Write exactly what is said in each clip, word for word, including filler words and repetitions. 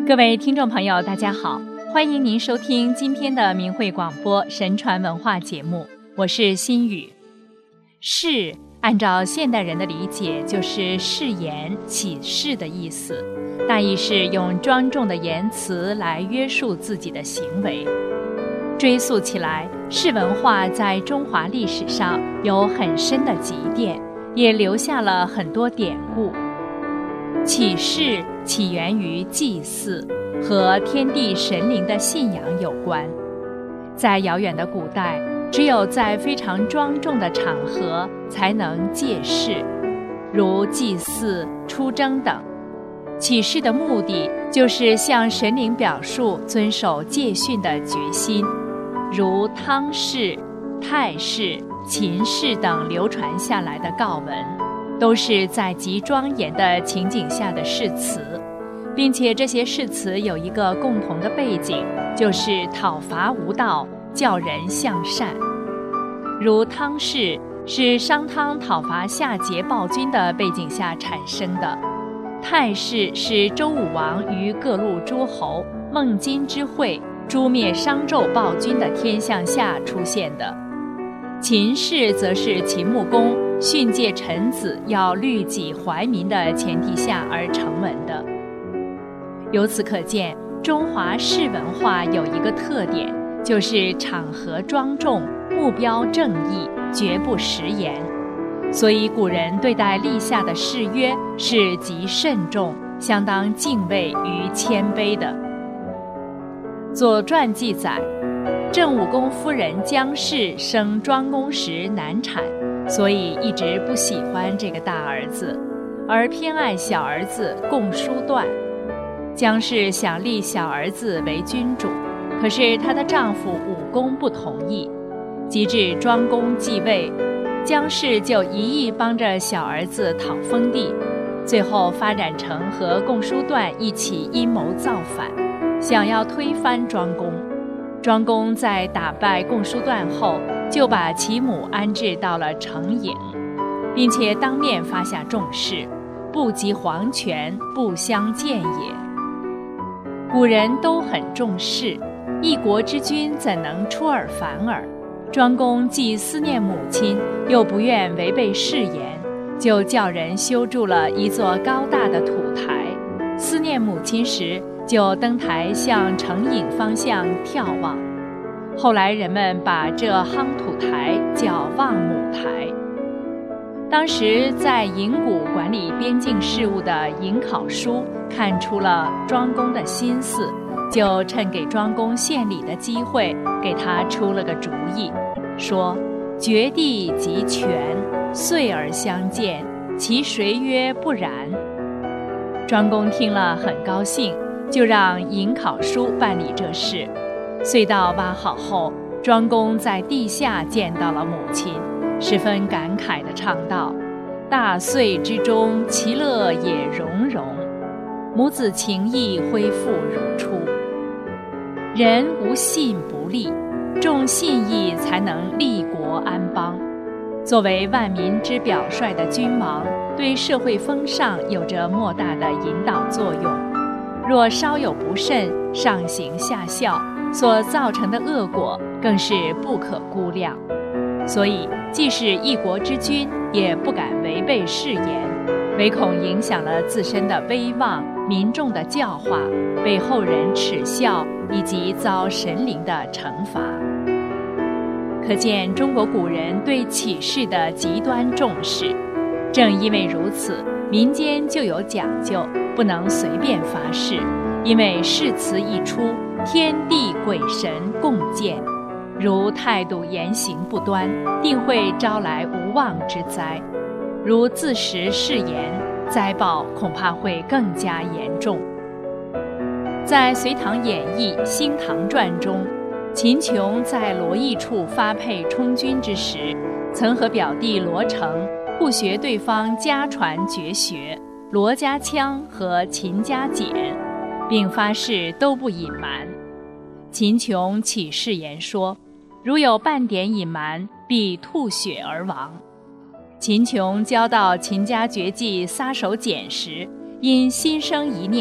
各位听众朋友大家好，欢迎您收听今天的明慧广播神传文化节目，我是心语。誓按照现代人的理解就是誓言起誓的意思，大意是用庄重的言辞来约束自己的行为。追溯起来，誓文化在中华历史上有很深的积淀，也留下了很多典故。起誓起源于祭祀，和天地神灵的信仰有关。在遥远的古代，只有在非常庄重的场合才能借誓，如祭祀、出征等。起誓的目的就是向神灵表述遵守戒训的决心，如汤氏、太氏、秦氏等流传下来的告文，都是在极庄严的情景下的誓词，并且这些誓词有一个共同的背景，就是讨伐无道，教人向善。如汤氏是商汤讨伐夏桀暴君的背景下产生的，太氏是周武王于各路诸侯孟津之会诛灭商纣暴君的天象下出现的，秦氏则是秦穆公训诫臣子要律己怀民的前提下而成文的。由此可见，中华誓文化有一个特点，就是场合庄重，目标正义，绝不食言。所以古人对待立下的誓约是极慎重，相当敬畏与谦卑的。《左传》记载，郑武公夫人姜氏生庄公时难产，所以一直不喜欢这个大儿子，而偏爱小儿子共叔段。姜氏想立小儿子为君主，可是她的丈夫武公不同意。及至庄公继位，姜氏就一意帮着小儿子讨封地，最后发展成和共叔段一起阴谋造反，想要推翻庄公。庄公在打败共叔段后，就把其母安置到了成郢，并且当面发下重誓，不及黄泉，不相见也。古人都很重视，一国之君怎能出尔反尔？庄公既思念母亲，又不愿违背誓言，就叫人修筑了一座高大的土台。思念母亲时，就登台向成郢方向眺望。后来人们把这夯土台叫望母台。当时在营谷管理边境事务的尹考叔看出了庄公的心思，就趁给庄公献礼的机会，给他出了个主意，说：绝地即权，遂而相见，其谁曰不然？庄公听了很高兴，就让尹考叔办理这事。隧道挖好后，庄公在地下见到了母亲，十分感慨地唱道：大隧之中，其乐也融融，母子情谊恢复如初。人无信不立，重信义才能立国安邦。作为万民之表率的君王，对社会风尚有着莫大的引导作用。若稍有不慎，上行下效，所造成的恶果更是不可估量。所以即使一国之君，也不敢违背誓言，唯恐影响了自身的威望、民众的教化，被后人耻笑，以及遭神灵的惩罚。可见中国古人对起誓的极端重视。正因为如此，民间就有讲究，不能随便发誓，因为誓词一出，天地鬼神共鉴，如态度言行不端，定会招来无妄之灾；如自食誓言，灾报恐怕会更加严重。在《隋唐演义·兴唐传》中，秦琼在罗邑处发配充军之时，曾和表弟罗成互学对方家传绝学罗家枪和秦家简，并发誓都不隐瞒。秦琼起誓言说，如有半点隐瞒，必吐血而亡。秦琼教到秦家绝技撒手锏时，因心生一念，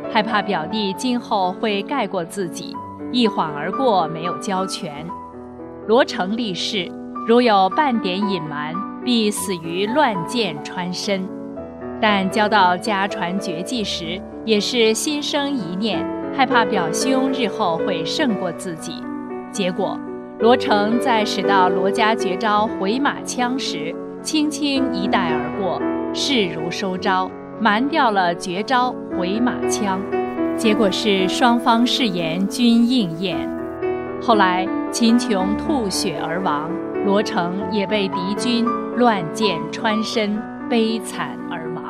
害怕表弟今后会盖过自己，一晃而过，没有交权。罗成立誓，如有半点隐瞒，必死于乱箭穿身。但交到家传绝技时，也是心生一念，害怕表兄日后会胜过自己。结果罗成在使到罗家绝招回马枪时，轻轻一带而过，势如收招，瞒掉了绝招回马枪。结果是双方誓言均应验。后来秦琼吐血而亡，罗成也被敌军乱箭穿身，悲惨而亡。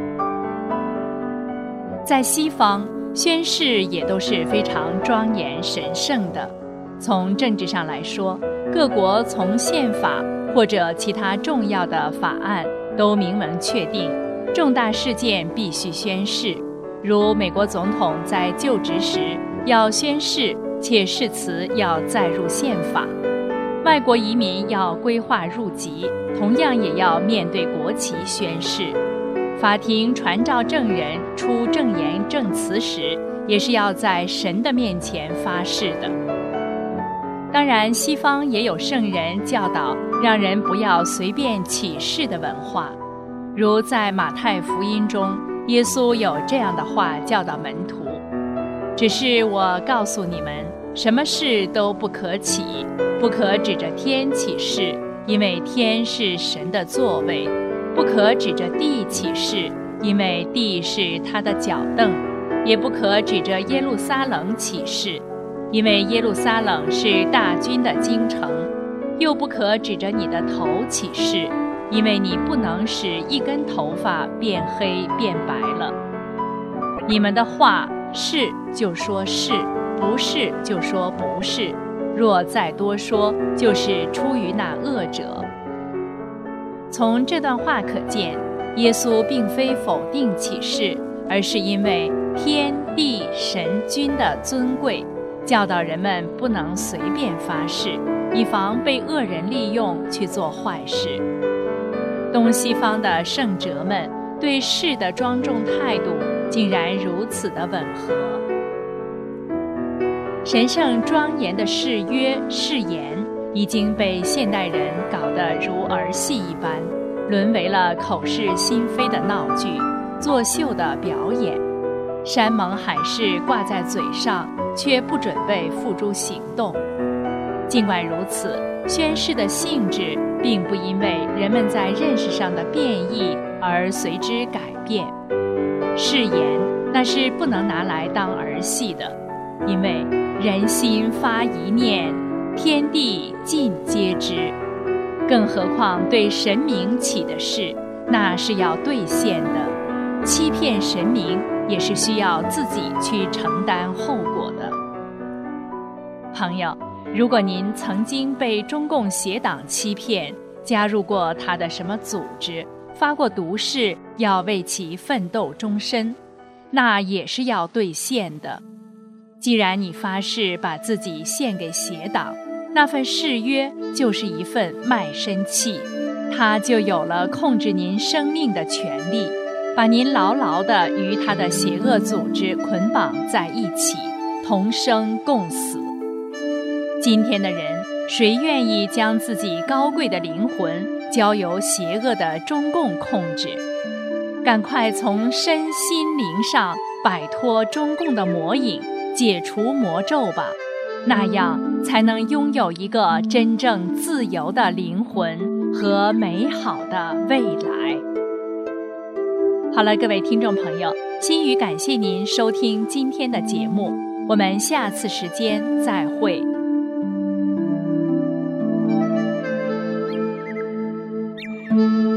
在西方，宣誓也都是非常庄严神圣的。从政治上来说，各国从宪法或者其他重要的法案都明文确定，重大事件必须宣誓。如美国总统在就职时要宣誓，且誓词要载入宪法。外国移民要规划入籍，同样也要面对国旗宣誓。法庭传召证人出证言证词时，也是要在神的面前发誓的。当然，西方也有圣人教导让人不要随便起誓的文化，如在马太福音中，耶稣有这样的话教导门徒：只是我告诉你们，什么事都不可起，不可指着天起誓，因为天是神的座位；不可指着地起誓，因为地是他的脚凳；也不可指着耶路撒冷起誓，因为耶路撒冷是大军的京城；又不可指着你的头起誓，因为你不能使一根头发变黑变白了。你们的话是就说是，不是就说不是，若再多说，就是出于那恶者。从这段话可见，耶稣并非否定起誓，而是因为天地神君的尊贵，教导人们不能随便发誓，以防被恶人利用去做坏事。东西方的圣哲们对誓的庄重态度竟然如此的吻合。神圣庄严的誓约誓言已经被现代人搞得如儿戏一般，沦为了口是心非的闹剧，作秀的表演。山盟海誓挂在嘴上，却不准备付诸行动。尽管如此，宣誓的性质并不因为人们在认识上的变异而随之改变。誓言那是不能拿来当儿戏的，因为人心发一念，天地尽皆知。更何况对神明起的誓，那是要兑现的。欺骗神明也是需要自己去承担后果的。朋友，如果您曾经被中共邪党欺骗，加入过他的什么组织，发过毒誓，要为其奋斗终身，那也是要兑现的。既然你发誓把自己献给邪党，那份誓约就是一份卖身契，它就有了控制您生命的权利，把您牢牢地与他的邪恶组织捆绑在一起，同生共死。今天的人，谁愿意将自己高贵的灵魂交由邪恶的中共控制？赶快从身心灵上摆脱中共的魔影，解除魔咒吧，那样才能拥有一个真正自由的灵魂和美好的未来。好了，各位听众朋友，心语感谢您收听今天的节目，我们下次时间再会。嗯。